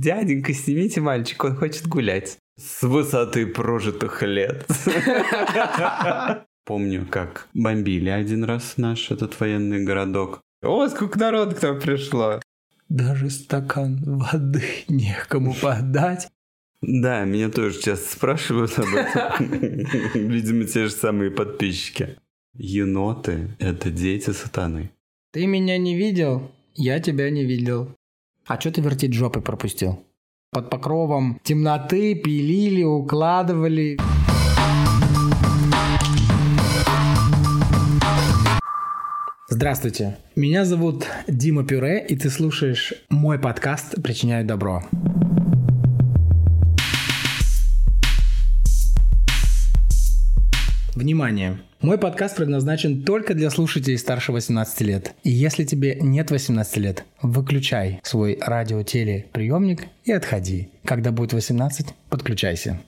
дяденька, снимите мальчик, он хочет гулять. С высоты прожитых лет. Помню, как бомбили один раз наш этот военный городок. О, сколько народу к нам пришло. Даже стакан воды некому подать. Да, меня тоже часто спрашивают об этом. Видимо, те же самые подписчики. Еноты – это дети сатаны. Ты меня не видел, я тебя не видел. А что ты вертеть жопой пропустил? Под покровом темноты пилили, укладывали. Здравствуйте, меня зовут Дима Пюре, и ты слушаешь мой подкаст «Причиняю добро». Внимание! Мой подкаст предназначен только для слушателей старше 18 лет. И если тебе нет 18 лет, выключай свой радио-телеприемник и отходи. Когда будет 18, подключайся.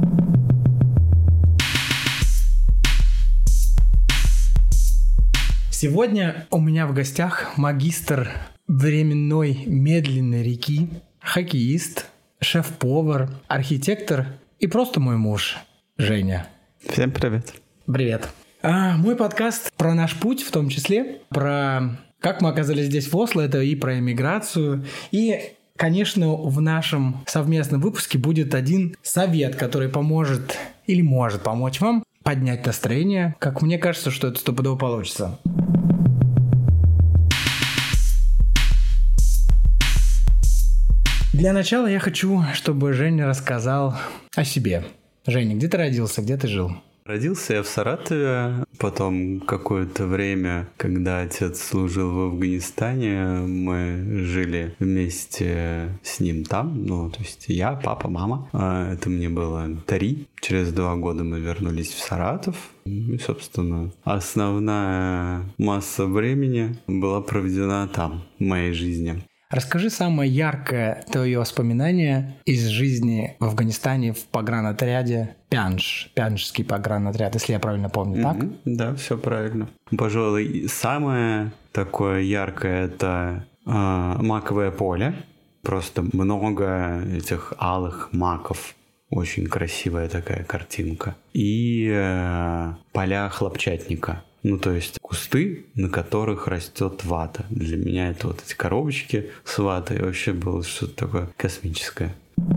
Сегодня у меня в гостях магистр временной медленной реки, хоккеист, шеф-повар, архитектор и просто мой муж Женя. Всем привет. Привет. Мой подкаст про наш путь, в том числе, про как мы оказались здесь в Осло, это и про эмиграцию. И, конечно, в нашем совместном выпуске будет один совет, который поможет или может помочь вам поднять настроение. Как мне кажется, что это стопудово получится. Для начала я хочу, чтобы Женя рассказал о себе. Женя, где ты родился, где ты жил? Родился я в Саратове, потом какое-то время, когда отец служил в Афганистане, мы жили вместе с ним там, то есть я, папа, мама. Это мне было 3. Через 2 года мы вернулись в Саратов. И, собственно, основная масса времени была проведена там, в моей жизни. Расскажи самое яркое твое воспоминание из жизни в Афганистане в погранотряде Пянджский погранотряд, если я правильно помню, так? Да, все правильно. Пожалуй, самое такое яркое – это маковое поле. Просто много этих алых маков. Очень красивая такая картинка. И поля хлопчатника. То есть кусты, на которых растет вата. Для меня это вот эти коробочки с ватой вообще было что-то такое космическое.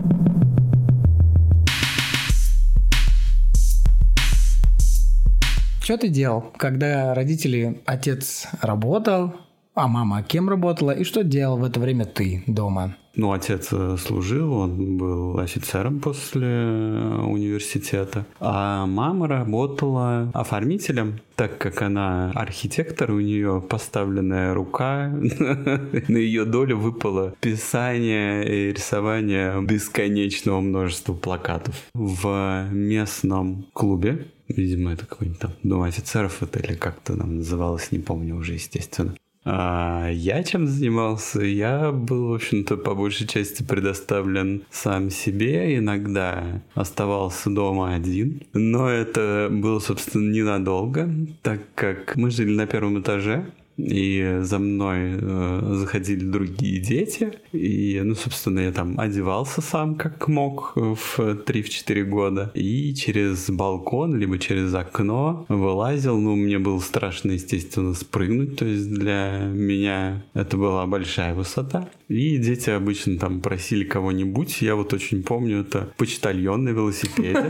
Что ты делал, когда отец работал, а мама кем работала, и что делал в это время ты дома? Отец служил, он был офицером после университета, а мама работала оформителем, так как она архитектор, у нее поставленная рука, на ее долю выпало писание и рисование бесконечного множества плакатов. В местном клубе, видимо, это какой-нибудь там Дом офицеров, это или как-то нам называлось, не помню уже, естественно. Я чем занимался? Я был, в общем-то, по большей части предоставлен сам себе. Иногда оставался дома один. Но это было, собственно, ненадолго, так как мы жили на 1 этаже. И за мной заходили другие дети. И, собственно, я там одевался сам как мог в 3-4 года. И через балкон, либо через окно вылазил. Мне было страшно, естественно, спрыгнуть. То есть для меня это была большая высота. И дети обычно там просили кого-нибудь. Я вот очень помню, это почтальон на велосипеде.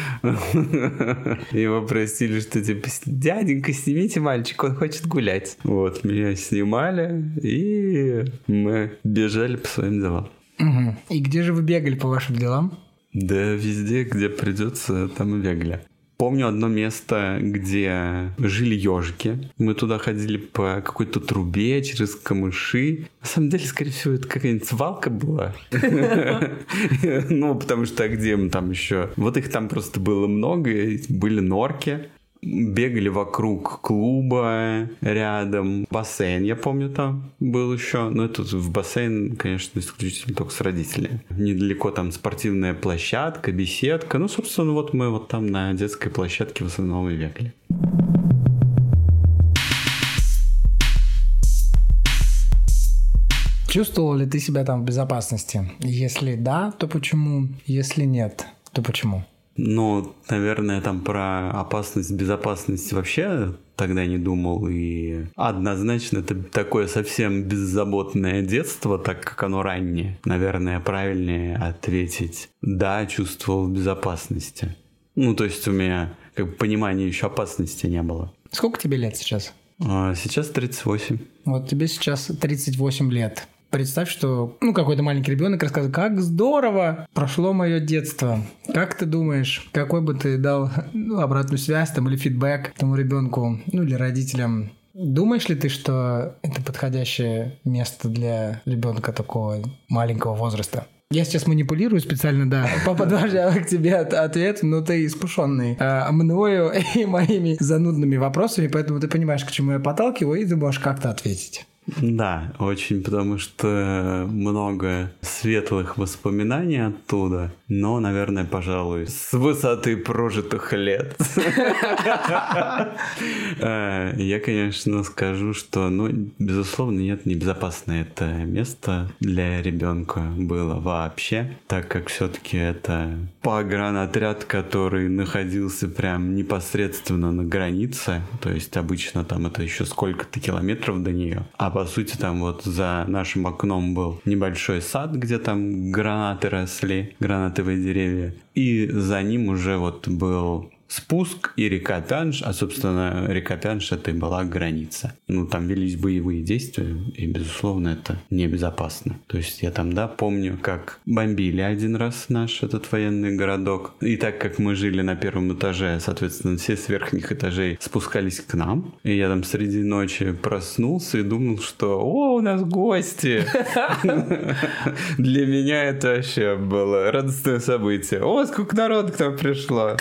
Его просили, что типа, дяденька, снимите мальчик, он хочет гулять. Меня снимали, и мы бежали по своим делам. Угу. И где же вы бегали по вашим делам? Да везде, где придется, там и бегали. Помню одно место, где жили ежики. Мы туда ходили по какой-то трубе через камыши. На самом деле, скорее всего, это какая-нибудь свалка была. Потому что где мы там еще? Вот их там просто было много, были норки. Бегали вокруг клуба рядом. Бассейн, я помню, там был еще. Но это в бассейн, конечно, исключительно только с родителями. Недалеко там спортивная площадка, беседка. Собственно, вот мы вот там на детской площадке в основном и бегали. Чувствовал ли ты себя там в безопасности? Если да, то почему? Если нет, то почему? Ну, наверное, там про опасность, безопасность вообще тогда не думал. И однозначно это такое совсем беззаботное детство, так как оно раннее. Наверное, правильнее ответить «да, чувствовал в безопасности». Ну, то есть у меня как бы понимания еще опасности не было. Сколько тебе лет сейчас? Сейчас 38. Вот тебе сейчас 38 лет. Представь, что какой-то маленький ребенок рассказывает, как здорово прошло мое детство. Как ты думаешь, какой бы ты дал обратную связь там, или фидбэк этому ребенку, или родителям? Думаешь ли ты, что это подходящее место для ребенка такого маленького возраста? Я сейчас манипулирую специально, да, подвожу к тебе ответ, но ты искушенный мною и моими занудными вопросами, поэтому ты понимаешь, к чему я подталкиваю, и ты можешь как-то ответить. Да, очень, потому что много светлых воспоминаний оттуда, но, наверное, пожалуй, с высоты прожитых лет. Я, конечно, скажу, что, безусловно, нет, небезопасное это место для ребенка было вообще, так как все-таки это погранотряд, который находился прям непосредственно на границе, то есть обычно там это еще сколько-то километров до нее, а по сути там вот за нашим окном был небольшой сад, где там гранаты росли, гранатовые деревья, и за ним уже вот был спуск и река Пянш, а, собственно, река Пянш — это и была граница. Там велись боевые действия, и, безусловно, это небезопасно. То есть я там, помню, как бомбили один раз наш этот военный городок. И так как мы жили на первом этаже, соответственно, все с верхних этажей спускались к нам. И я там среди ночи проснулся и думал, что «О, у нас гости!» Для меня это вообще было радостное событие. «О, сколько народу к нам пришло!»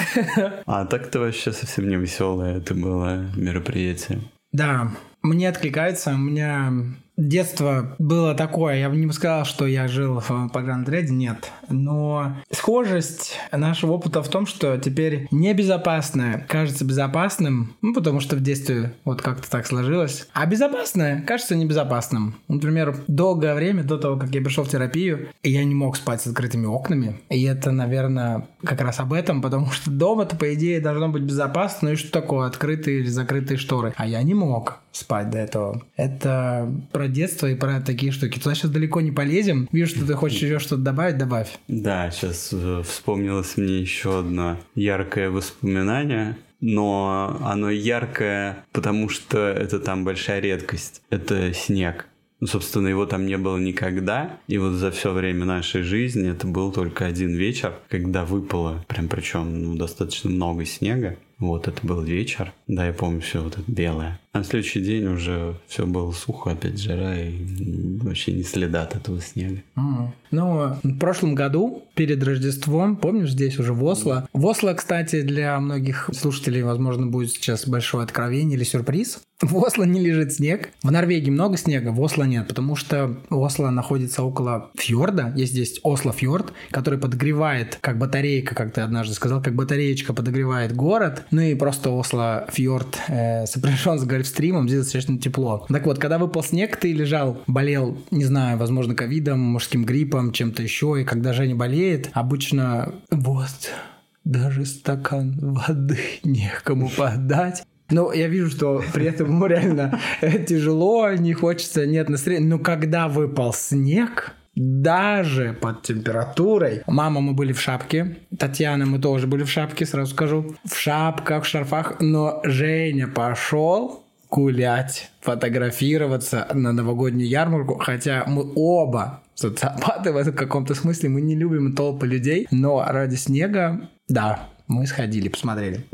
А так-то вообще совсем не веселое это было мероприятие. Да, мне откликается. У меня детство было такое. Я бы не сказал, что я жил в погранотряде, нет. Но схожесть нашего опыта в том, что теперь небезопасное кажется безопасным, потому что в детстве вот как-то так сложилось. А безопасное кажется небезопасным. Например, долгое время до того, как я пришел в терапию, я не мог спать с открытыми окнами. И это, наверное, как раз об этом, потому что дома-то, по идее, должно быть безопасно. И что такое открытые или закрытые шторы? А я не мог спать до этого. Это про детство и про такие штуки. Туда сейчас далеко не полезем. Вижу, что ты хочешь еще что-то добавить, добавь. Да, сейчас вспомнилось мне еще одно яркое воспоминание. Но оно яркое, потому что это там большая редкость. Это снег. Собственно, его там не было никогда. И вот за все время нашей жизни это был только один вечер, когда выпало, причем достаточно много снега. Вот это был вечер. Да, я помню все вот это белое. А на следующий день уже все было сухо, опять жара, и вообще не следа от этого снега. Ну, в прошлом году, перед Рождеством, помнишь, здесь уже в Осло. В Осло, кстати, для многих слушателей, возможно, будет сейчас большое откровение или сюрприз. В Осло не лежит снег. В Норвегии много снега, в Осло нет, потому что Осло находится около фьорда. Есть здесь Осло-фьорд, который подогревает, как батарейка, как ты однажды сказал, как батареечка подогревает город. Ну и просто Осло-фьорд сопряжен с Гольфстримом, здесь достаточно тепло. Так вот, когда выпал снег, ты лежал, болел, не знаю, возможно, ковидом, мужским гриппом, чем-то еще. И когда Женя болеет, обычно вот даже стакан воды некому подать. Но я вижу, что при этом ему реально тяжело, не хочется, нет настроения. Но когда выпал снег, даже под температурой. Мама, мы были в шапке. Татьяна, мы тоже были в шапке, сразу скажу. В шапках, в шарфах. Но Женя пошел гулять, фотографироваться на новогоднюю ярмарку. Хотя мы оба социопаты в этом каком-то смысле. Мы не любим толпы людей. Но ради снега, да, мы сходили, посмотрели.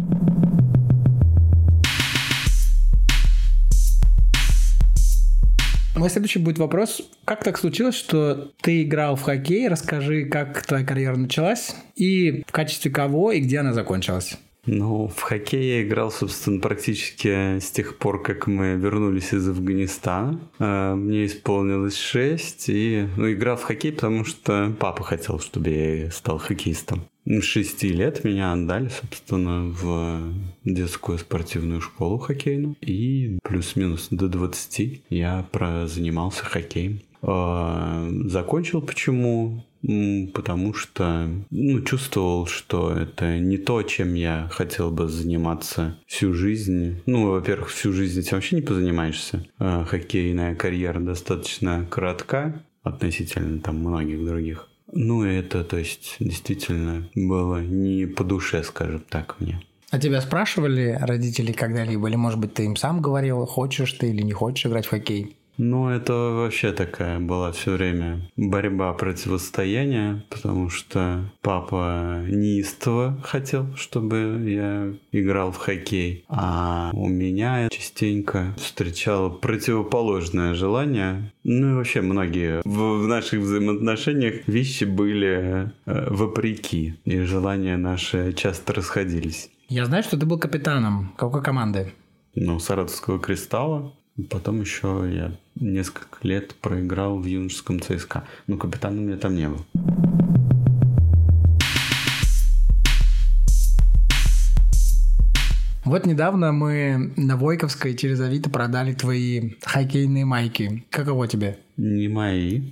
Мой следующий будет вопрос. Как так случилось, что ты играл в хоккей? Расскажи, как твоя карьера началась и в качестве кого и где она закончилась. Ну, в хоккей я играл, собственно, практически с тех пор, как мы вернулись из Афганистана. Мне исполнилось 6, и играл в хоккей, потому что папа хотел, чтобы я стал хоккеистом. С 6 лет меня отдали, собственно, в детскую спортивную школу хоккейную. И плюс-минус до 20 я занимался хоккеем. Закончил почему? Потому что чувствовал, что это не то, чем я хотел бы заниматься всю жизнь. Во-первых, всю жизнь этим вообще не позанимаешься. Хоккейная карьера достаточно коротка относительно многих других. Это, то есть, действительно было не по душе, скажем так, мне. А тебя спрашивали родители когда-либо? Или, может быть, ты им сам говорил, хочешь ты или не хочешь играть в хоккей? Это вообще такая была все время борьба, противостояние, потому что папа неистово хотел, чтобы я играл в хоккей, а у меня частенько встречало противоположное желание. И вообще многие в наших взаимоотношениях вещи были вопреки, и желания наши часто расходились. Я знаю, что ты был капитаном. Какой команды? Саратовского «Кристалла». Потом еще я несколько лет проиграл в юношеском ЦСКА. Капитаном я там не был. Вот недавно мы на Войковской через Авито продали твои хоккейные майки. Каково тебе? Не мои.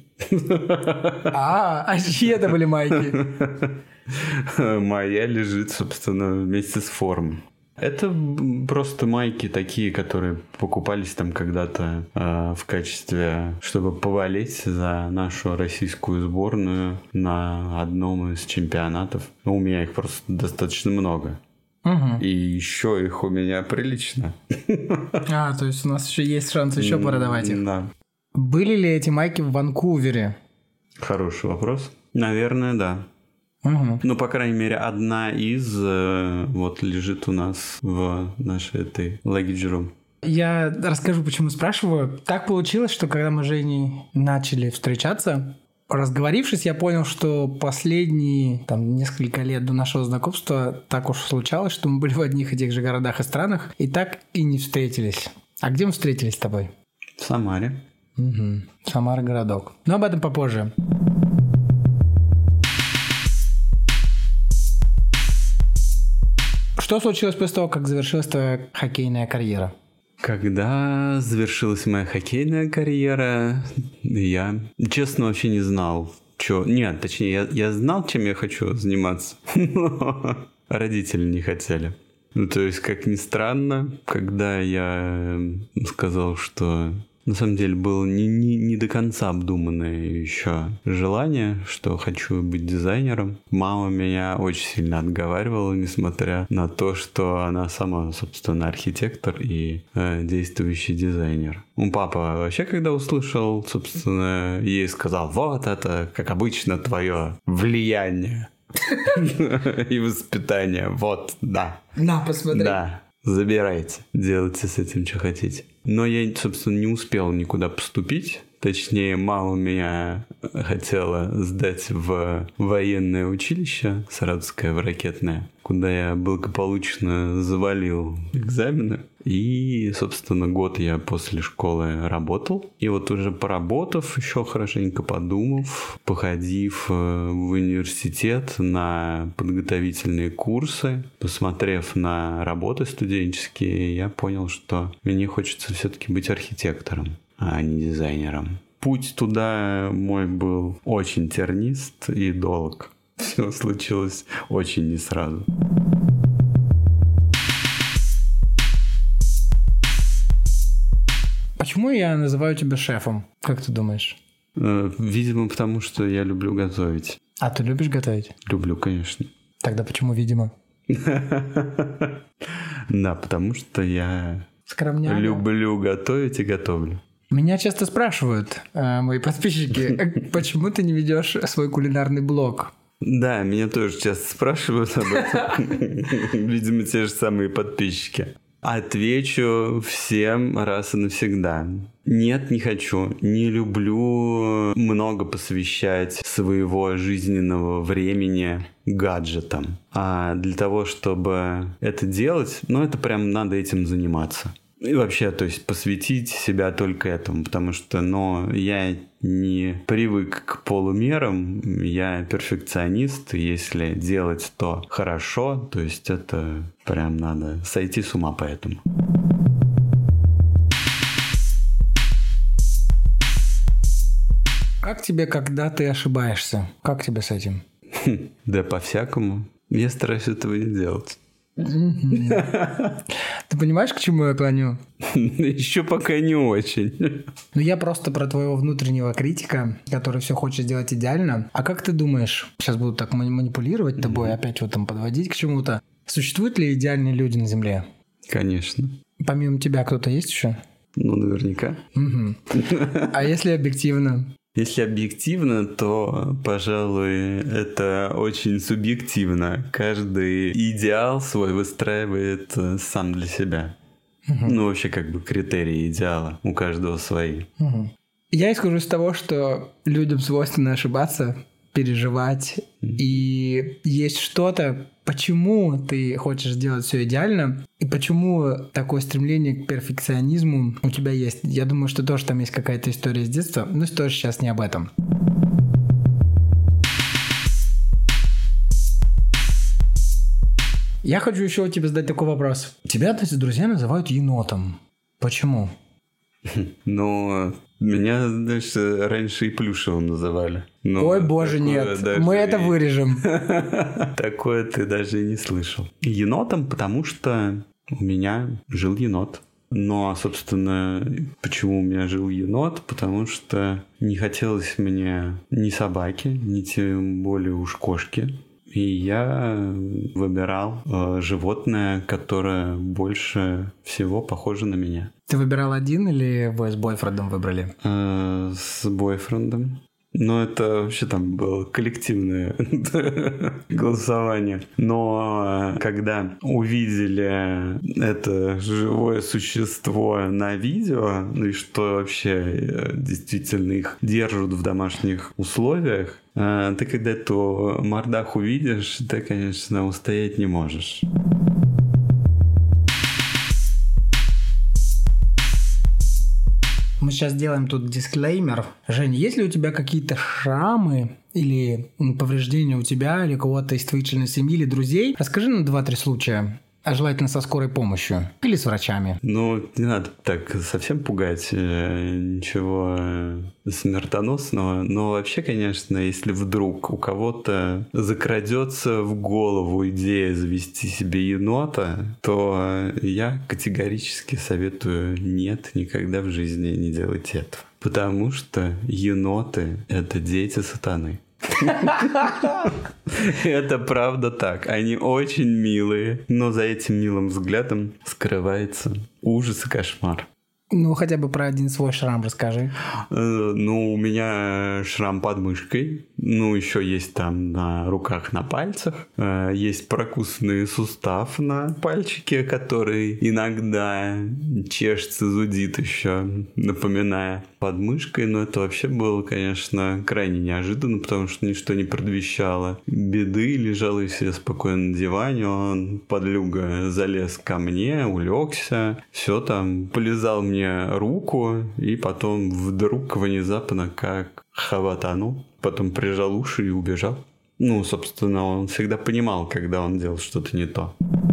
А чьи это были майки? Моя лежит, собственно, вместе с формой. Это просто майки такие, которые покупались там когда-то в качестве, чтобы повалить за нашу российскую сборную на одном из чемпионатов. У меня их просто достаточно много. Угу. И еще их у меня прилично. То есть у нас еще есть шанс еще продавать их. Да. Были ли эти майки в Ванкувере? Хороший вопрос. Наверное, да. Угу. По крайней мере, одна из лежит у нас в нашей этой luggage room. Я расскажу, почему спрашиваю. Так получилось, что когда мы с Женей начали встречаться, разговорившись, я понял, что последние несколько лет до нашего знакомства так уж случалось, что мы были в одних и тех же городах и странах, и так и не встретились. А где мы встретились с тобой? В Самаре. Угу. Самара городок. Но об этом попозже. Что случилось после того, как завершилась твоя хоккейная карьера? Когда завершилась моя хоккейная карьера, я, честно, вообще не знал, я знал, чем я хочу заниматься, но родители не хотели. То есть, как ни странно, когда я сказал, что на самом деле было не до конца обдуманное еще желание, что хочу быть дизайнером. Мама меня очень сильно отговаривала, несмотря на то, что она сама, собственно, архитектор и действующий дизайнер. Папа вообще, когда услышал, собственно, ей сказал: вот это, как обычно, твое влияние и воспитание. Вот, да. На, посмотри. Да. Забирайте, делайте с этим, что хотите. Но я, собственно, не успел никуда поступить. Точнее, мама меня хотела сдать в военное училище, Саратовское, в ракетное, куда я благополучно завалил экзамены. И, собственно, год я после школы работал. И вот уже поработав, еще хорошенько подумав, походив в университет на подготовительные курсы, посмотрев на работы студенческие, я понял, что мне хочется все-таки быть архитектором, а не дизайнером. Путь туда мой был очень тернист и долг. Все случилось очень не сразу. Почему я называю тебя шефом? Как ты думаешь? Видимо, потому что я люблю готовить. А ты любишь готовить? Люблю, конечно. Тогда почему видимо? Да, потому что я скромняга. Люблю готовить и готовлю. Меня часто спрашивают мои подписчики, почему ты не ведешь свой кулинарный блог? Да, меня тоже часто спрашивают об этом. Видимо, те же самые подписчики. Отвечу всем раз и навсегда. Нет, не хочу. Не люблю много посвящать своего жизненного времени гаджетам. А для того, чтобы это делать, это прям надо этим заниматься. И вообще, то есть посвятить себя только этому, потому что, я не привык к полумерам, я перфекционист, и если делать то хорошо, то есть это прям надо сойти с ума по этому. Как тебе, когда ты ошибаешься? Как тебе с этим? Да по-всякому. Я стараюсь этого не делать. Ты понимаешь, к чему я клоню? Еще пока не очень. Ну, я просто про твоего внутреннего критика, который все хочет сделать идеально. А как ты думаешь, сейчас буду так манипулировать тобой, опять вот там подводить к чему-то. Существуют ли идеальные люди на Земле? Конечно. Помимо тебя кто-то есть еще? Ну, наверняка. А если объективно? Если объективно, то, пожалуй, это очень субъективно. Каждый идеал свой выстраивает сам для себя. Ну, вообще, как бы критерии идеала у каждого свои. Я исхожу из того, что людям свойственно ошибаться, переживать. И есть что-то, почему ты хочешь сделать все идеально, и почему такое стремление к перфекционизму у тебя есть. Я думаю, что тоже там есть какая-то история с детства, но тоже сейчас не об этом. Я хочу еще у тебя задать такой вопрос. Тебя, то есть, друзья называют енотом. Почему? Ну, меня, знаешь, раньше и Плюшевым называли. Но ой, боже, нет. Мы это вырежем. Такое ты даже и не слышал. Енотом, потому что у меня жил енот. Но, собственно, почему у меня жил енот? Потому что не хотелось мне ни собаки, ни тем более уж кошки. И я выбирал животное, которое больше всего похоже на меня. Ты выбирал один или вы с бойфрендом выбрали? С бойфрендом. Но это вообще там было коллективное голосование. Но когда увидели это живое существо на видео, ну и что вообще действительно их держат в домашних условиях, ты когда эту мордаху видишь, ты, конечно, устоять не можешь. Мы сейчас делаем тут дисклеймер. Женя, есть ли у тебя какие-то шрамы или повреждения у тебя или у кого-то из твоей членов семьи или друзей? Расскажи нам 2-3 случая. А желательно со скорой помощью. Или с врачами. Ну, не надо так совсем пугать. Ничего смертоносного. Но вообще, конечно, если вдруг у кого-то закрадется в голову идея завести себе енота, то я категорически советую нет, никогда в жизни не делайте этого. Потому что еноты — это дети сатаны. Это правда так. Они очень милые, но за этим милым взглядом скрывается ужас и кошмар. Ну, хотя бы про один свой шрам расскажи. Ну, у меня шрам под мышкой. Ну, еще есть там на руках, на пальцах. Есть прокусанный сустав на пальчике, который иногда чешется, зудит еще, напоминая подмышкой. Но это вообще было, конечно, крайне неожиданно, потому что ничто не предвещало беды. Лежал я себе спокойно на диване, он, подлюга, залез ко мне, улегся. Все там, полизал мне руку, и потом вдруг внезапно как хватанул, потом прижал уши и убежал. Ну, собственно, он всегда понимал, когда он делал что-то не то.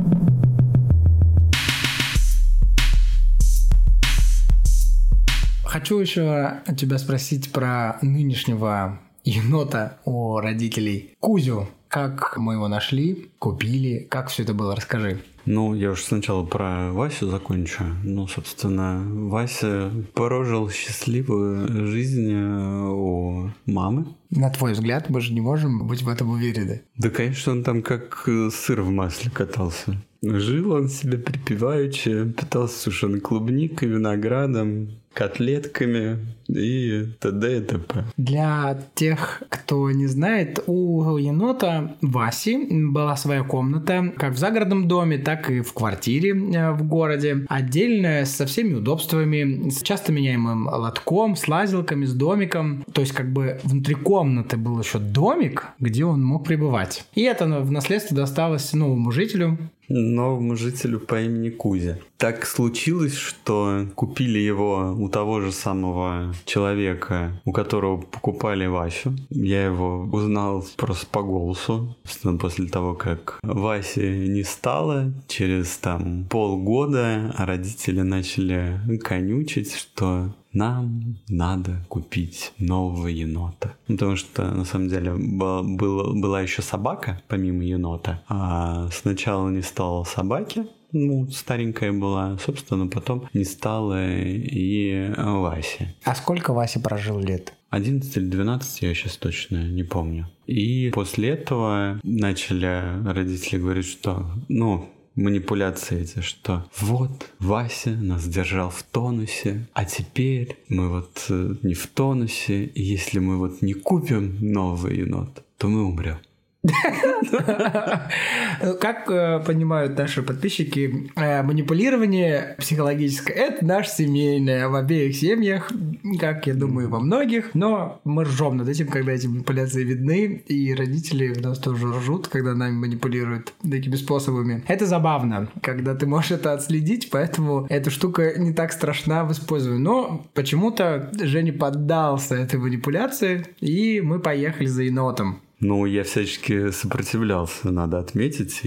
Хочу еще тебя спросить про нынешнего енота у родителей. Кузю. Как мы его нашли, купили, как все это было? Расскажи. Ну, я уж сначала про Васю закончу. Ну, собственно, Вася прожил счастливую жизнь у мамы. На твой взгляд, мы же не можем быть в этом уверены. Да, конечно, он там как сыр в масле катался. Жил он себе припеваючи, питался сушеной клубникой, виноградом, котлетками и т.д. и т.п. Для тех, кто не знает, у енота Васи была своя комната, как в загородном доме, так и в квартире в городе. Отдельная, со всеми удобствами, с часто меняемым лотком, с лазилками, с домиком. То есть как бы внутри комнаты был еще домик, где он мог пребывать. И это в наследство досталось новому жителю. Новому жителю по имени Кузя. Так случилось, что купили его у того же самого человека, у которого покупали Васю. Я его узнал просто по голосу. После того, как Васи не стало, через полгода родители начали конючить, что нам надо купить нового енота. Потому что, на самом деле, была еще собака, помимо енота. А сначала не стало собаки, старенькая была, собственно, потом не стало и Васи. А сколько Вася прожил лет? 11 или 12, я сейчас точно не помню. И после этого начали родители говорить, что, манипуляции эти, что вот Вася нас держал в тонусе, а теперь мы не в тонусе, и если мы не купим нового енота, то мы умрем. Как понимают наши подписчики, манипулирование психологическое — это наше семейное в обеих семьях, как я думаю, во многих, но мы ржем над этим, когда эти манипуляции видны, и родители у нас тоже ржут, когда нами манипулируют такими способами. Это забавно, когда ты можешь это отследить, поэтому эта штука не так страшна в использовании. Но почему-то Женя поддался этой манипуляции, и мы поехали за енотом. Я всячески сопротивлялся, надо отметить,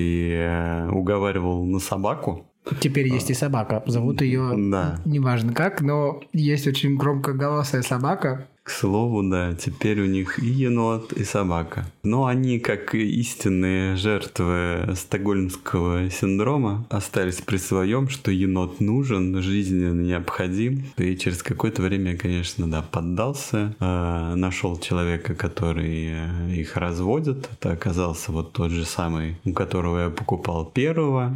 и уговаривал на собаку. Теперь есть и собака. Зовут ее неважно как, но есть очень громкоголосая собака. К слову, да, теперь у них и енот, и собака. Но они, как истинные жертвы стокгольмского синдрома, остались при своем, что енот нужен, жизненно необходим. И через какое-то время я, конечно, поддался. Нашел человека, который их разводит. Это оказался тот же самый, у которого я покупал первого.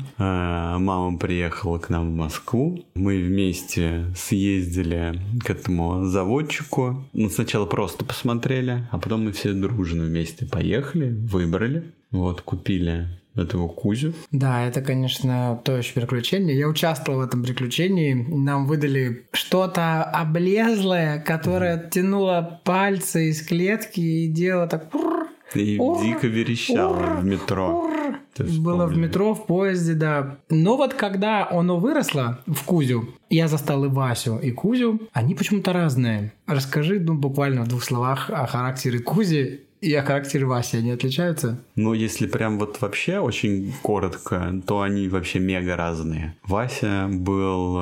Мама приехала к нам в Москву. Мы вместе съездили к этому заводчику. Сначала просто посмотрели, а потом мы все дружно вместе поехали, выбрали, купили этого Кузю. Да, это, конечно, то еще приключение. Я участвовал в этом приключении. Нам выдали что-то облезлое, которое тянуло пальцы из клетки и делало так... И дико верещало в метро. Было в метро, в поезде, да. Но когда оно выросло в Кузю, я застал и Васю, и Кузю, они почему-то разные. Расскажи, буквально в 2 словах о характере Кузи и о характере Васи. Они отличаются? Если прям вообще очень коротко, то они вообще мега разные. Вася был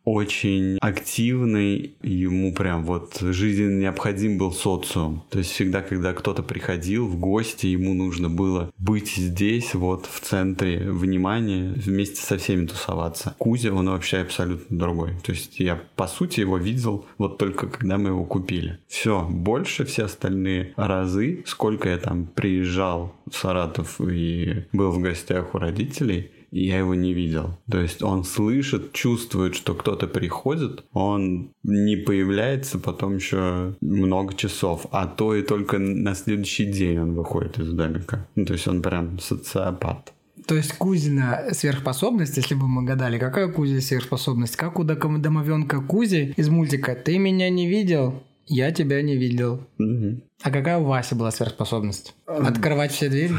очень активный, ему прям жизненно необходим был социум. То есть всегда, когда кто-то приходил в гости, ему нужно было быть здесь, в центре внимания, вместе со всеми тусоваться. Кузя, он вообще абсолютно другой. То есть я, по сути, его видел только когда мы его купили. Все остальные разы, сколько я приезжал в Саратов и был в гостях у родителей, и я его не видел. То есть он слышит, чувствует, что кто-то приходит, он не появляется потом еще много часов, а то и только на следующий день он выходит из домика. То есть он прям социопат. То есть Кузина сверхспособность, если бы мы гадали, какая у Кузи сверхспособность, как у домовенка Кузи из мультика «Ты меня не видел, я тебя не видел». Угу. А какая у Васи была сверхспособность? Открывать все двери?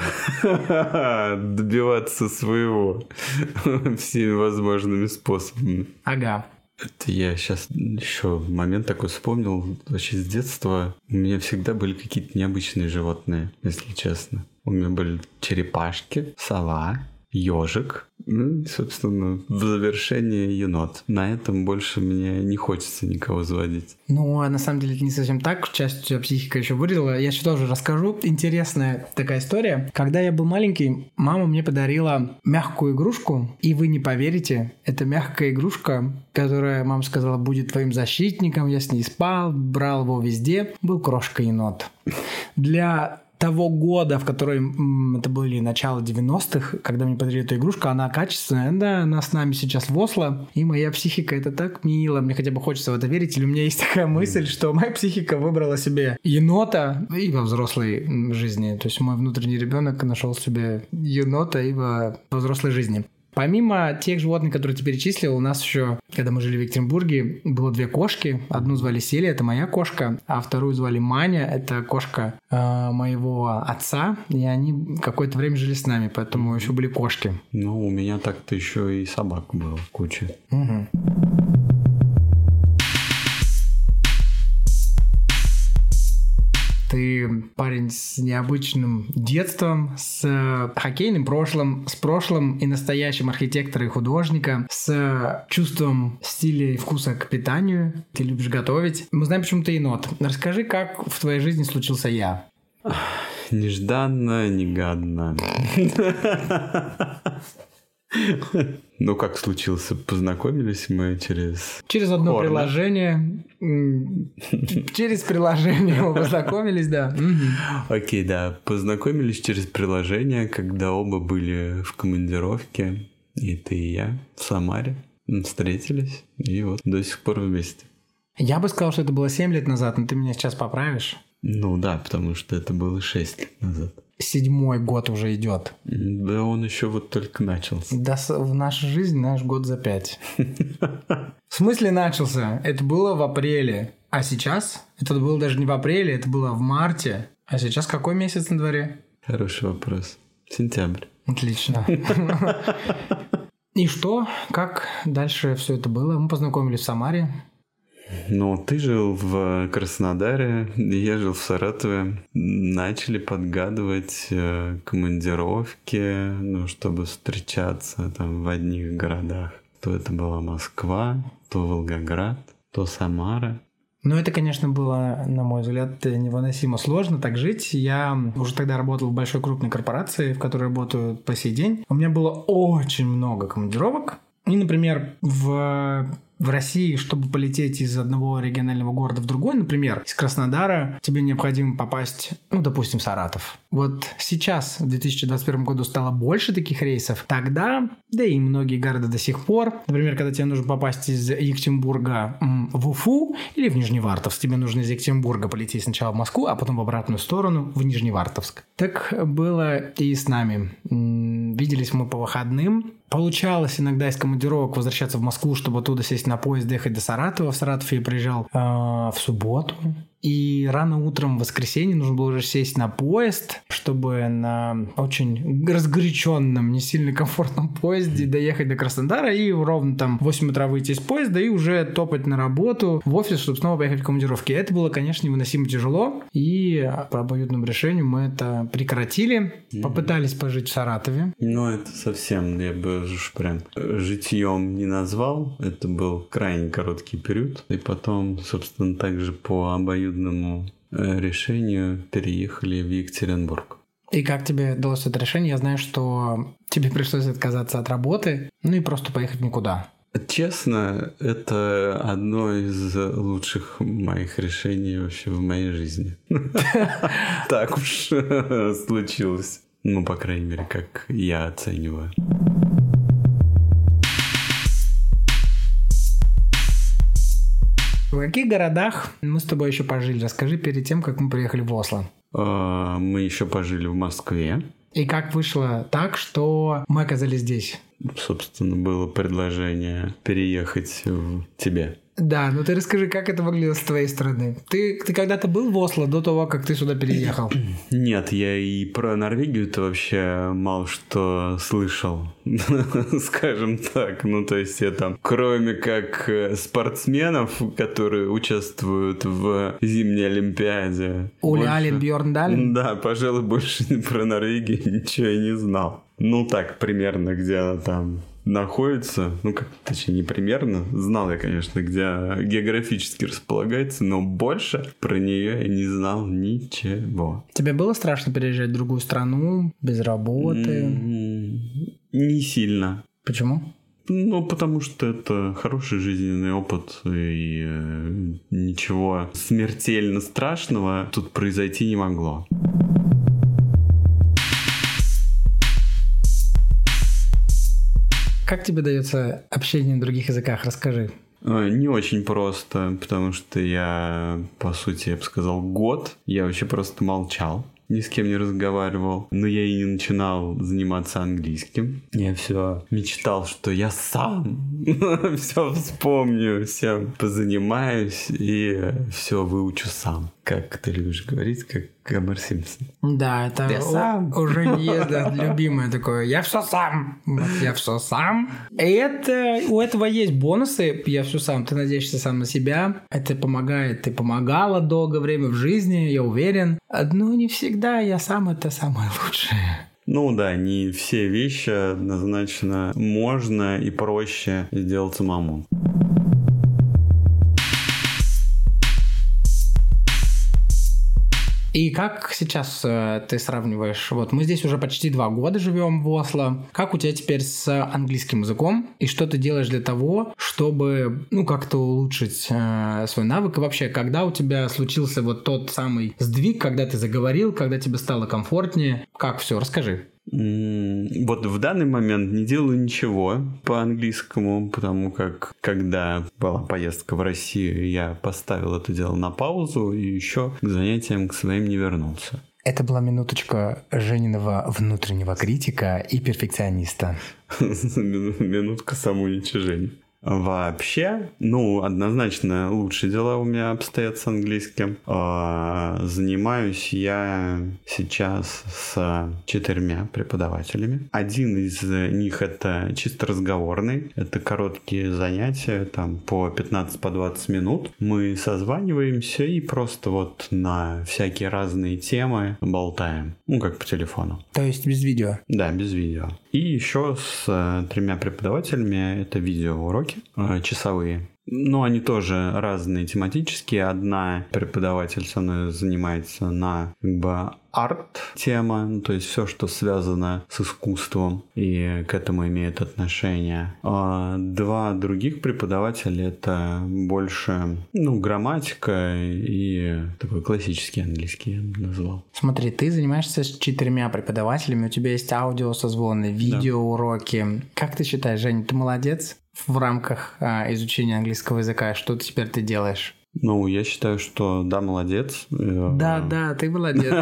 Добиваться своего всеми возможными способами. Ага. Это я сейчас еще момент такой вспомнил. Вообще с детства у меня всегда были какие-то необычные животные, если честно. У меня были черепашки, сова, ежик, и, собственно, в завершение енот. На этом больше мне не хочется никого заводить. А на самом деле это не совсем так. Часть у тебя психика еще вырезала. Я еще тоже расскажу. Интересная такая история. Когда я был маленький, мама мне подарила мягкую игрушку. И вы не поверите, это мягкая игрушка, которая, мама сказала, будет твоим защитником. Я с ней спал, брал его везде. Был крошка-енот. Для того года, в котором это были начало 90-х, когда мне подарили эту игрушку, она качественная, да, она с нами сейчас в Осло, и моя психика — это так мило, мне хотя бы хочется в это верить, или у меня есть такая мысль, что моя психика выбрала себе енота и во взрослой жизни, то есть мой внутренний ребенок нашел себе енота и во взрослой жизни. Помимо тех животных, которые ты перечислил, у нас еще, когда мы жили в Екатеринбурге, было 2 кошки. Одну звали Селия, это моя кошка, а вторую звали Маня, это кошка моего отца. И они какое-то время жили с нами, поэтому еще были кошки. У меня так-то еще и собака была в куче. Угу. Ты парень с необычным детством, с хоккейным прошлым, с прошлым и настоящим архитектора и художника, с чувством стиля и вкуса к питанию. Ты любишь готовить. Мы знаем, почему ты енот. Расскажи, как в твоей жизни случился я. Нежданно, негаданно. Ну, как случился? Познакомились мы через одно приложение. Через приложение мы познакомились, да. Окей, да. Познакомились через приложение, когда оба были в командировке. И ты, и я в Самаре. Встретились. И вот до сих пор вместе. Я бы сказал, что это было 7 лет назад, но ты меня сейчас поправишь. Ну да, потому что это было 6 лет назад. 7-й год уже идет. Да он еще вот только начался. Да, в нашей жизни наш год за 5. В смысле начался? Это было в апреле. А сейчас? Это было даже не в апреле, это было в марте. А сейчас какой месяц на дворе? Хороший вопрос. Сентябрь. Отлично. И что? Как дальше все это было? Мы познакомились в Самаре. Ну, ты жил в Краснодаре, я жил в Саратове. Начали подгадывать командировки, ну, чтобы встречаться там в одних городах. То это была Москва, то Волгоград, то Самара. Ну, это, конечно, было, на мой взгляд, невыносимо сложно так жить. Я уже тогда работал в большой крупной корпорации, в которой работаю по сей день. У меня было очень много командировок. И, например, в России, чтобы полететь из одного регионального города в другой, например, из Краснодара, тебе необходимо попасть, ну, допустим, в Саратов. Вот сейчас, в 2021 году, стало больше таких рейсов. Тогда, да и многие города до сих пор, например, когда тебе нужно попасть из Екатеринбурга в Уфу или в Нижневартовск, тебе нужно из Екатеринбурга полететь сначала в Москву, а потом в обратную сторону в Нижневартовск. Так было и с нами. Виделись мы по выходным. Получалось иногда из командировок возвращаться в Москву, чтобы оттуда сесть на поезд, доехать до Саратова. В Саратов я приезжал в субботу. И рано утром в воскресенье нужно было уже сесть на поезд, чтобы на очень разгоряченном, не сильно комфортном поезде доехать до Краснодара и ровно там в 8 утра выйти из поезда и уже топать на работу в офис, чтобы снова поехать в командировки. Это было, конечно, невыносимо тяжело, и по обоюдному решению мы это прекратили. Попытались пожить в Саратове. Ну, это совсем, я бы уж прям житьем не назвал. Это был крайне короткий период. И потом, собственно, также по обоюдному решению переехали в Екатеринбург. И как тебе далось это решение? Я знаю, что тебе пришлось отказаться от работы, ну и просто поехать никуда. Честно, это одно из лучших моих решений вообще в моей жизни. Так уж случилось. Ну, по крайней мере, как я оцениваю. В каких городах мы с тобой еще пожили? Расскажи перед тем, как мы приехали в Осло. Мы еще пожили в Москве. И как вышло так, что мы оказались здесь? Собственно, было предложение переехать в тебе. Да, ну ты расскажи, как это выглядело с твоей стороны. Ты когда-то был в Осло до того, как ты сюда переехал? Нет, я и про Норвегию-то вообще мало что слышал, скажем так. Ну, то есть я там, кроме как спортсменов, которые участвуют в зимней Олимпиаде. Ули Ален Бьорндален? Да, пожалуй, больше про Норвегию ничего и не знал. Ну, так, примерно, где она там находится, ну, как, точнее, не примерно, знал я, конечно, где географически располагается, но больше про нее я не знал ничего. Тебе было страшно переезжать в другую страну, без работы? Не сильно. Почему? Ну, потому что это хороший жизненный опыт, и ничего смертельно страшного тут произойти не могло. Как тебе дается общение на других языках? Расскажи. Не очень просто, потому что я, по сути, я бы сказал, год я вообще просто молчал. Ни с кем не разговаривал. Но я и не начинал заниматься английским. Я все мечтал, что я сам все вспомню, всем позанимаюсь и все выучу сам. Как ты любишь говорить, Гомер Симпсон. Да, это уже не любимое такое. Я все сам. Я все сам. И у этого есть бонусы. Я все сам. Ты надеешься сам на себя. Это помогает. Ты помогала долгое время в жизни, я уверен. Но не всегда я сам это самое лучшее. Ну да, не все вещи однозначно можно и проще сделать самому. И как сейчас ты сравниваешь? Вот мы здесь уже почти 2 года живем в Осло. Как у тебя теперь с английским языком? И что ты делаешь для того, чтобы, как-то улучшить свой навык? И вообще, когда у тебя случился вот тот самый сдвиг, когда ты заговорил, когда тебе стало комфортнее? Как все? Расскажи. Вот в данный момент не делаю ничего по английскому, потому как когда была поездка в Россию, я поставил это дело на паузу и еще к занятиям к своим не вернулся. Это была минуточка Жениного внутреннего критика и перфекциониста. Минутка самоуничижения. Вообще, однозначно лучшие дела у меня обстоят с английским. Занимаюсь я сейчас с 4 преподавателями. Один из них это чисто разговорный. Это короткие занятия, там по 15-20 минут. Мы созваниваемся и просто вот на всякие разные темы болтаем. Как по телефону. То есть без видео? Да, без видео. И еще с 3 преподавателями это видеоуроки часовые. Но они тоже разные тематические. Одна преподаватель со мной занимается на арт-тема, то есть все, что связано с искусством и к этому имеет отношение. А 2 других преподавателя это больше, грамматика и такой классический английский, я бы назвал. Смотри, ты занимаешься с 4 преподавателями, у тебя есть аудиосозвоны, видеоуроки. Да. Как ты считаешь, Женя, ты молодец в рамках изучения английского языка? Что теперь ты делаешь? Я считаю, что да, молодец. Да, ты молодец.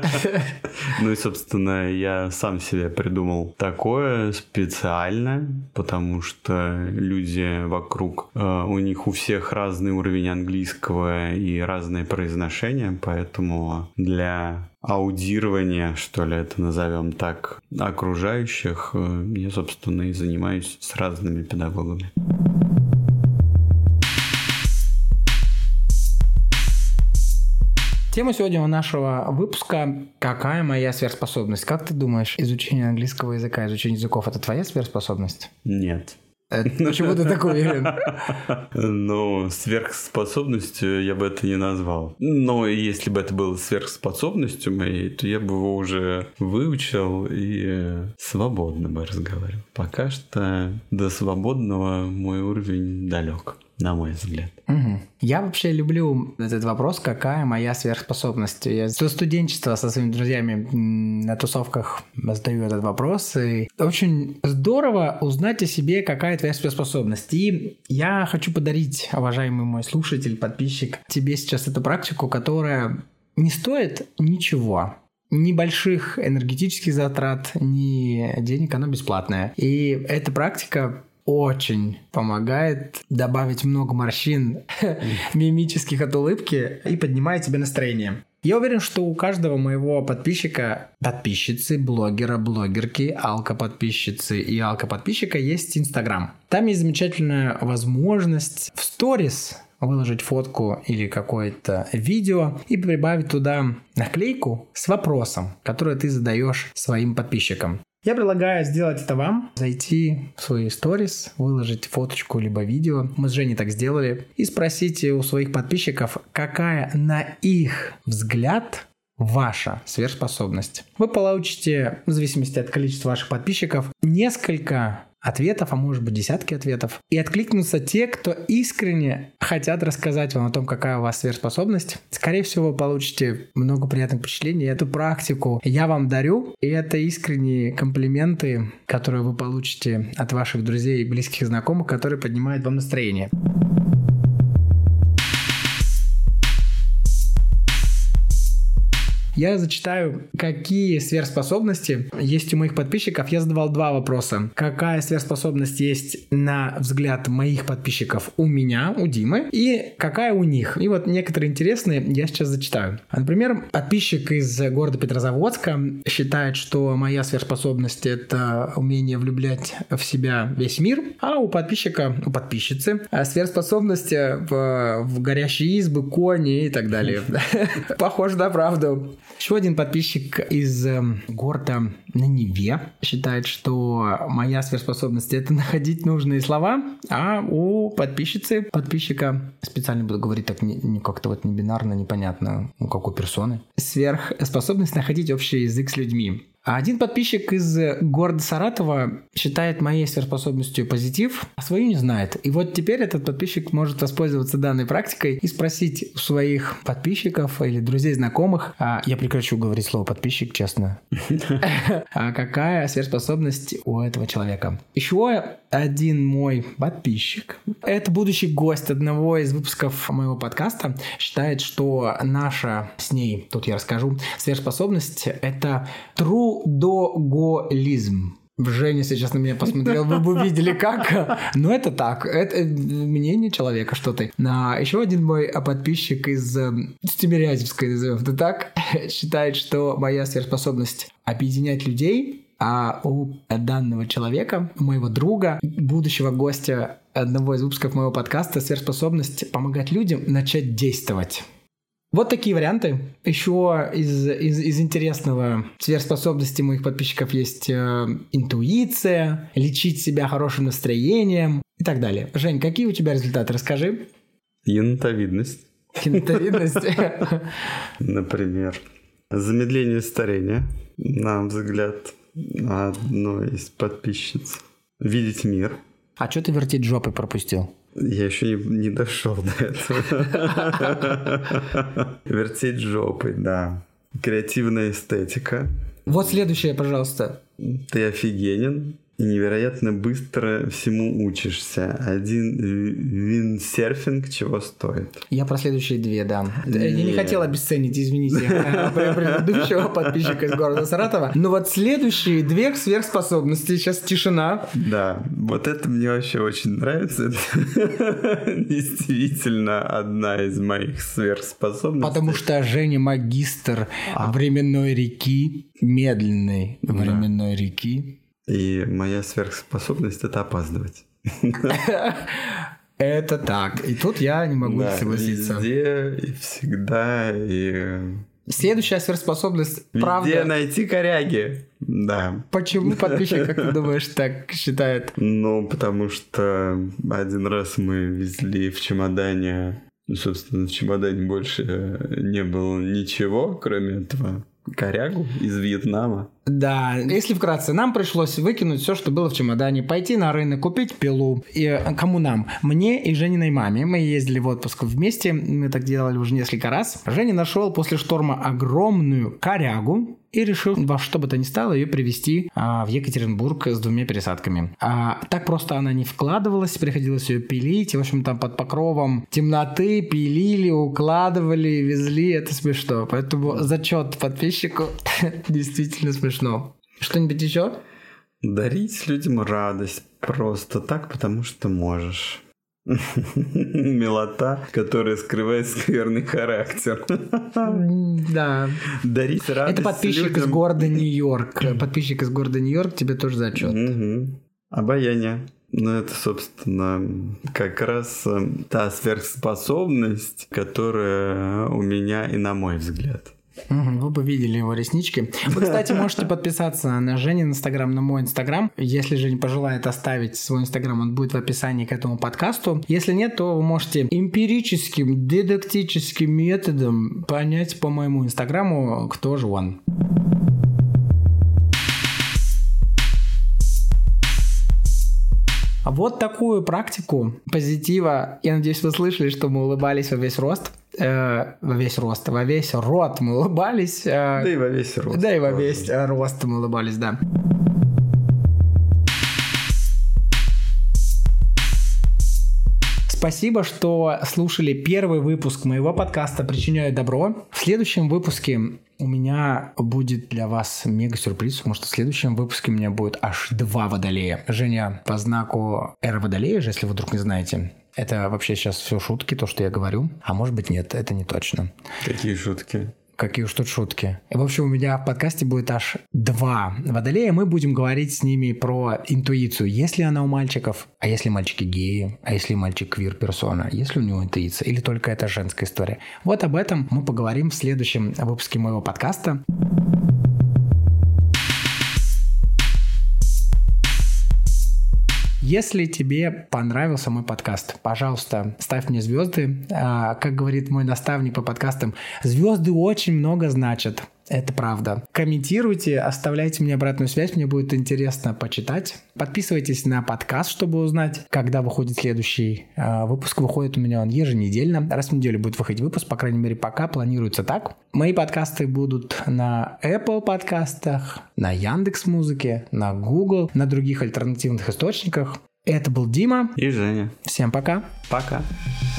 И, собственно, я сам себе придумал такое специально, потому что люди вокруг, у них у всех разный уровень английского и разное произношение, поэтому для аудирования, что ли, это назовем так, окружающих, я, собственно, и занимаюсь с разными педагогами. Тема сегодня нашего выпуска «Какая моя сверхспособность?». Как ты думаешь, изучение английского языка, изучение языков – это твоя сверхспособность? Нет. Почему ты так уверен? Сверхспособностью я бы это не назвал. Но если бы это было сверхспособностью моей, то я бы его уже выучил и свободно бы разговаривал. Пока что до свободного мой уровень далек, на мой взгляд. Угу. Я вообще люблю этот вопрос, какая моя сверхспособность. Я со студенчества со своими друзьями на тусовках задаю этот вопрос. И очень здорово узнать о себе, какая твоя сверхспособность. И я хочу подарить, уважаемый мой слушатель, подписчик, тебе сейчас эту практику, которая не стоит ничего. Ни больших энергетических затрат, ни денег, она бесплатная. И эта практика очень помогает добавить много морщин мимических от улыбки и поднимает тебе настроение. Я уверен, что у каждого моего подписчика, подписчицы, блогера, блогерки, алкоподписчицы и алкоподписчика есть Инстаграм. Там есть замечательная возможность в сторис выложить фотку или какое-то видео и прибавить туда наклейку с вопросом, который ты задаешь своим подписчикам. Я предлагаю сделать это вам, зайти в свои сторис, выложить фоточку либо видео, мы с Женей так сделали, и спросить у своих подписчиков, какая на их взгляд ваша сверхспособность. Вы получите, в зависимости от количества ваших подписчиков, несколько ответов, а может быть десятки ответов. И откликнутся те, кто искренне хотят рассказать вам о том, какая у вас сверхспособность. Скорее всего, вы получите много приятных впечатлений. Эту практику я вам дарю. И это искренние комплименты, которые вы получите от ваших друзей, близких и знакомых, которые поднимают вам настроение. Я зачитаю, какие сверхспособности есть у моих подписчиков. Я задавал 2 вопроса. Какая сверхспособность есть на взгляд моих подписчиков у меня, у Димы, и какая у них. И вот некоторые интересные я сейчас зачитаю. Например, подписчик из города Петрозаводска считает, что моя сверхспособность — это умение влюблять в себя весь мир, а у подписчицы сверхспособность в горящие избы, кони и так далее. Похоже на правду. Еще один подписчик из города на Неве считает, что моя сверхспособность — это находить нужные слова, а у подписчика, специально буду говорить так как-то вот не бинарно, непонятно, у какой персоны, сверхспособность находить общий язык с людьми. А один подписчик из города Саратова считает моей сверхспособностью позитив, а свою не знает. И вот теперь этот подписчик может воспользоваться данной практикой и спросить у своих подписчиков или друзей, знакомых, я прекращу говорить слово подписчик, честно, какая сверхспособность у этого человека. Еще один мой подписчик, это будущий гость одного из выпусков моего подкаста, считает, что наша с ней, тут я расскажу, сверхспособность — это трудоголизм. Женя сейчас на меня посмотрел, вы бы видели как. Но это так, это мнение человека, что ты. Еще один мой подписчик из Тимирязевской, назовем это так, считает, что моя сверхспособность объединять людей, а у данного человека, моего друга, будущего гостя одного из выпусков моего подкаста, сверхспособность помогать людям начать действовать. Вот такие варианты. Еще из интересного сверхспособности моих подписчиков есть интуиция, лечить себя хорошим настроением и так далее. Жень, какие у тебя результаты? Расскажи. Енотовидность. Енотовидность? Например. Замедление старения, на взгляд одной из подписчиц. Видеть мир. А что ты вертеть жопой пропустил? Я еще не дошел до этого. Вертеть жопой, да. Креативная эстетика. Вот следующее, пожалуйста. Ты офигенен и невероятно быстро всему учишься. Один виндсерфинг чего стоит? Я про следующие 2, да. Я не хотел обесценить, извините, предыдущего подписчика из города Саратова. Но вот следующие 2 сверхспособности. Сейчас тишина. Да, вот это мне вообще очень нравится. Это действительно одна из моих сверхспособностей. Потому что Женя магистр временной реки, медленной временной реки. И моя сверхспособность — это опаздывать. Это так. И тут я не могу согласиться. Везде и всегда. И... Следующая сверхспособность, правда... Везде найти коряги. Да. Почему подписчик, как ты думаешь, так считает? Ну, потому что один раз мы везли в чемодане... Собственно, в чемодане больше не было ничего, кроме этого... корягу из Вьетнама. Да, если вкратце, нам пришлось выкинуть все, что было в чемодане, пойти на рынок, купить пилу. И кому нам? Мне и Жениной маме. Мы ездили в отпуск вместе, мы так делали уже несколько раз. Женя нашел после шторма огромную корягу и решил во что бы то ни стало ее привезти в Екатеринбург с 2 пересадками. Так просто она не вкладывалась, приходилось ее пилить. И, в общем, там под покровом темноты пилили, укладывали, везли. Это смешно. Поэтому зачет подписчику действительно смешно. Что-нибудь еще? Дарить людям радость просто так, потому что можешь. Милота, которая скрывает скверный характер. Да. Дарить радость. Это подписчик из города Нью-Йорк. Подписчик из города Нью-Йорк, тебе тоже зачет. Обаяние. Ну, это, собственно, как раз та сверхспособность, которая у меня и на мой взгляд. Вы бы видели его реснички. Вы, кстати, можете подписаться на Женин Инстаграм, на мой Инстаграм. Если Женя пожелает оставить свой Инстаграм, он будет в описании к этому подкасту. Если нет, то вы можете эмпирическим, дидактическим методом понять по моему Инстаграму, кто же он. Вот такую практику позитива. Я надеюсь, вы слышали, что мы улыбались во весь рост. Во весь рот мы улыбались. Да и во весь рост. Да и во весь рост мы улыбались, да. Спасибо, что слушали первый выпуск моего подкаста «Причиняю добро». В следующем выпуске У меня будет для вас мега-сюрприз, потому что в следующем выпуске у меня будет аж 2 водолея. Женя по знаку эра водолея же, если вы вдруг не знаете. Это вообще сейчас все шутки, то, что я говорю. А может быть нет, это не точно. Какие шутки? Какие уж тут шутки. И, в общем, у меня в подкасте будет аж 2 водолея. Мы будем говорить с ними про интуицию. Есть ли она у мальчиков? А если мальчики геи? А если мальчик квир-персона? Есть ли у него интуиция? Или только это женская история? Вот об этом мы поговорим в следующем выпуске моего подкаста. Если тебе понравился мой подкаст, пожалуйста, ставь мне звезды. Как говорит мой наставник по подкастам, звезды очень много значат. Это правда. Комментируйте, оставляйте мне обратную связь, мне будет интересно почитать. Подписывайтесь на подкаст, чтобы узнать, когда выходит следующий выпуск. Выходит у меня он еженедельно. Раз в неделю будет выходить выпуск, по крайней мере, пока планируется так. Мои подкасты будут на Apple подкастах, на Яндекс.Музыке, на Google, на других альтернативных источниках. Это был Дима. И Женя. Всем пока. Пока.